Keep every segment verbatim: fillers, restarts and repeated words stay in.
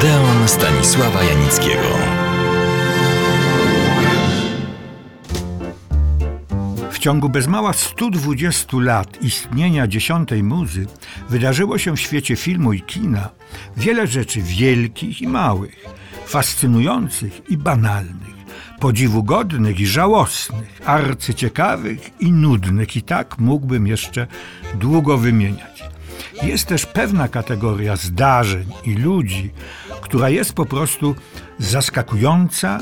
Odeon Stanisława Janickiego. W ciągu bez mała stu dwudziestu lat istnienia dziesiątej muzy wydarzyło się w świecie filmu i kina wiele rzeczy wielkich i małych, fascynujących i banalnych, podziwu godnych i żałosnych, arcyciekawych i nudnych. I tak mógłbym jeszcze długo wymieniać. Jest też pewna kategoria zdarzeń i ludzi, która jest po prostu zaskakująca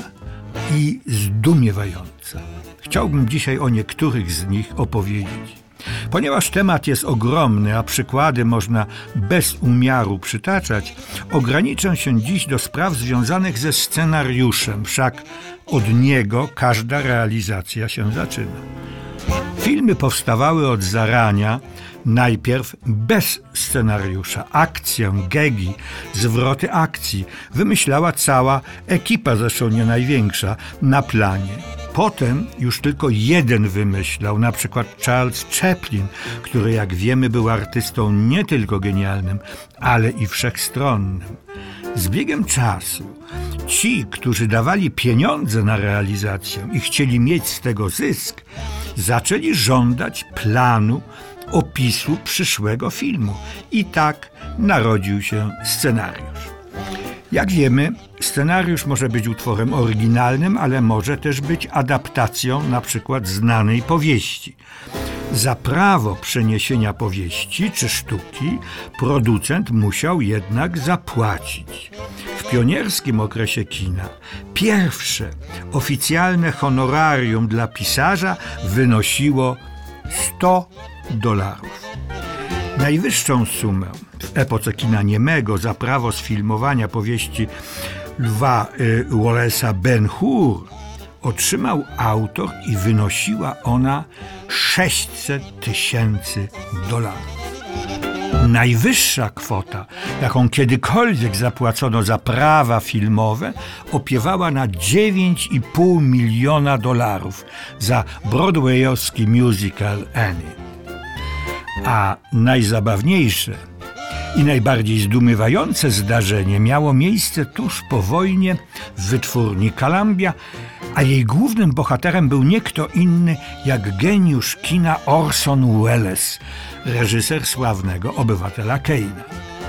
i zdumiewająca. Chciałbym dzisiaj o niektórych z nich opowiedzieć. Ponieważ temat jest ogromny, a przykłady można bez umiaru przytaczać, ograniczę się dziś do spraw związanych ze scenariuszem, wszak od niego każda realizacja się zaczyna. Filmy powstawały od zarania, najpierw bez scenariusza. Akcję, gegi, zwroty akcji wymyślała cała ekipa, zresztą nie największa, na planie. Potem już tylko jeden wymyślał, na przykład Charles Chaplin, który, jak wiemy, był artystą nie tylko genialnym, ale i wszechstronnym. Z biegiem czasu ci, którzy dawali pieniądze na realizację i chcieli mieć z tego zysk, zaczęli żądać planu, opisu przyszłego filmu. I tak narodził się scenariusz. Jak wiemy, scenariusz może być utworem oryginalnym, ale może też być adaptacją na przykład znanej powieści. Za prawo przeniesienia powieści czy sztuki producent musiał jednak zapłacić. W pionierskim okresie kina pierwsze oficjalne honorarium dla pisarza wynosiło sto dolarów. Najwyższą sumę w epoce kina niemego za prawo sfilmowania powieści Lwa y, Wallace'a Ben-Hur otrzymał autor i wynosiła ona sześćset tysięcy dolarów. Najwyższa kwota, jaką kiedykolwiek zapłacono za prawa filmowe, opiewała na dziewięć i pół miliona dolarów za broadwayowski musical Annie. A najzabawniejsze i najbardziej zdumiewające zdarzenie miało miejsce tuż po wojnie w wytwórni Columbia, a jej głównym bohaterem był nie kto inny jak geniusz kina Orson Welles, reżyser sławnego Obywatela Kane'a.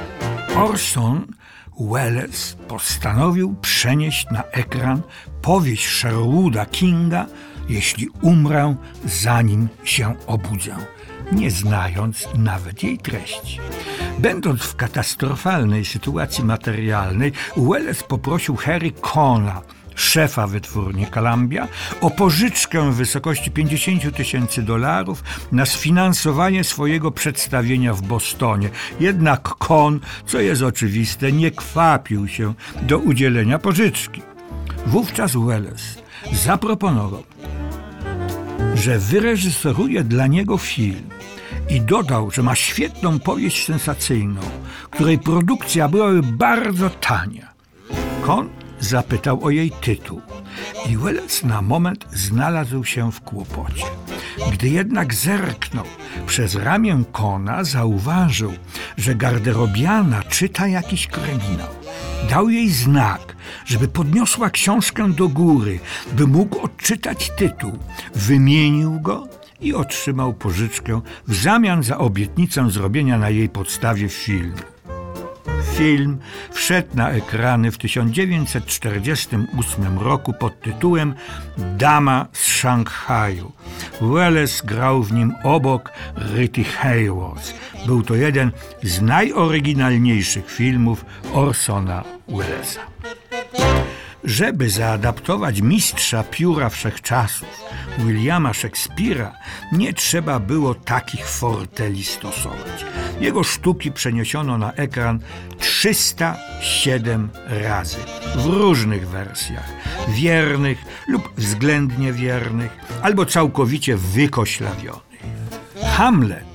Orson Welles postanowił przenieść na ekran powieść Sherwooda Kinga Jeśli umrę, zanim się obudzę, nie znając nawet jej treści. Będąc w katastrofalnej sytuacji materialnej, Welles poprosił Harry Cona, szefa wytwórni Columbia, o pożyczkę w wysokości pięćdziesiąt tysięcy dolarów na sfinansowanie swojego przedstawienia w Bostonie. Jednak Con, co jest oczywiste, nie kwapił się do udzielenia pożyczki. Wówczas Welles zaproponował, że wyreżyseruje dla niego film i dodał, że ma świetną powieść sensacyjną, której produkcja byłaby bardzo tania. Con zapytał o jej tytuł i Welles na moment znalazł się w kłopocie. Gdy jednak zerknął przez ramię Cona, zauważył, że garderobiana czyta jakiś kryminał. Dał jej znak, żeby podniosła książkę do góry, by mógł odczytać tytuł. Wymienił go i otrzymał pożyczkę w zamian za obietnicę zrobienia na jej podstawie filmu. Film wszedł na ekrany w tysiąc dziewięćset czterdziestym ósmym roku pod tytułem Dama z Szanghaju. Welles grał w nim obok Rita Hayworth. Był to jeden z najoryginalniejszych filmów Orsona Wellesa. Żeby zaadaptować mistrza pióra wszechczasów, Williama Shakespeare'a, nie trzeba było takich forteli stosować. Jego sztuki przeniesiono na ekran trzysta siedem razy, w różnych wersjach, wiernych lub względnie wiernych, albo całkowicie wykoślawionych. Hamlet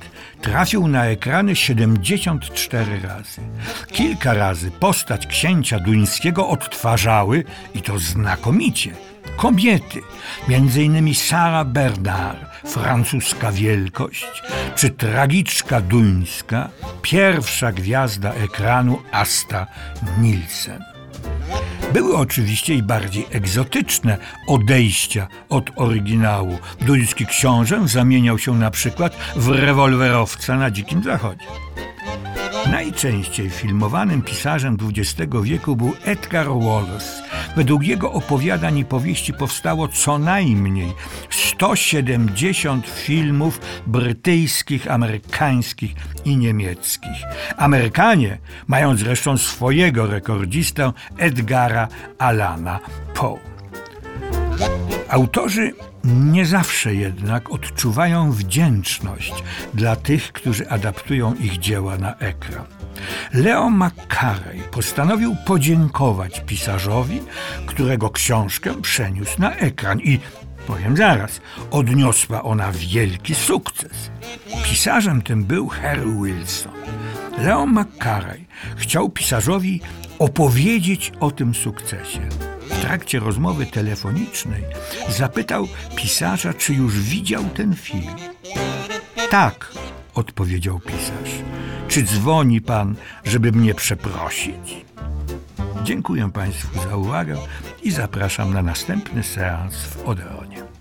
trafił na ekrany siedemdziesiąt cztery razy. Kilka razy postać księcia duńskiego odtwarzały, i to znakomicie, kobiety, między innymi Sarah Bernhardt, francuska wielkość, czy tragiczka duńska, pierwsza gwiazda ekranu Asta Nielsen. Były oczywiście i bardziej egzotyczne odejścia od oryginału. Duński książę zamieniał się na przykład w rewolwerowca na Dzikim Zachodzie. Najczęściej filmowanym pisarzem dwudziestego wieku był Edgar Wallace. Według jego opowiadań i powieści powstało co najmniej sto siedemdziesiąt filmów brytyjskich, amerykańskich i niemieckich. Amerykanie mają zresztą swojego rekordzistę Edgara Allana Poe. Autorzy nie zawsze jednak odczuwają wdzięczność dla tych, którzy adaptują ich dzieła na ekran. Leo McCarey postanowił podziękować pisarzowi, którego książkę przeniósł na ekran i, powiem zaraz, odniosła ona wielki sukces. Pisarzem tym był Harry Wilson. Leo McCarey chciał pisarzowi opowiedzieć o tym sukcesie. W trakcie rozmowy telefonicznej zapytał pisarza, czy już widział ten film. Tak, odpowiedział pisarz. Czy dzwoni pan, żeby mnie przeprosić? Dziękuję państwu za uwagę i zapraszam na następny seans w Odeonie.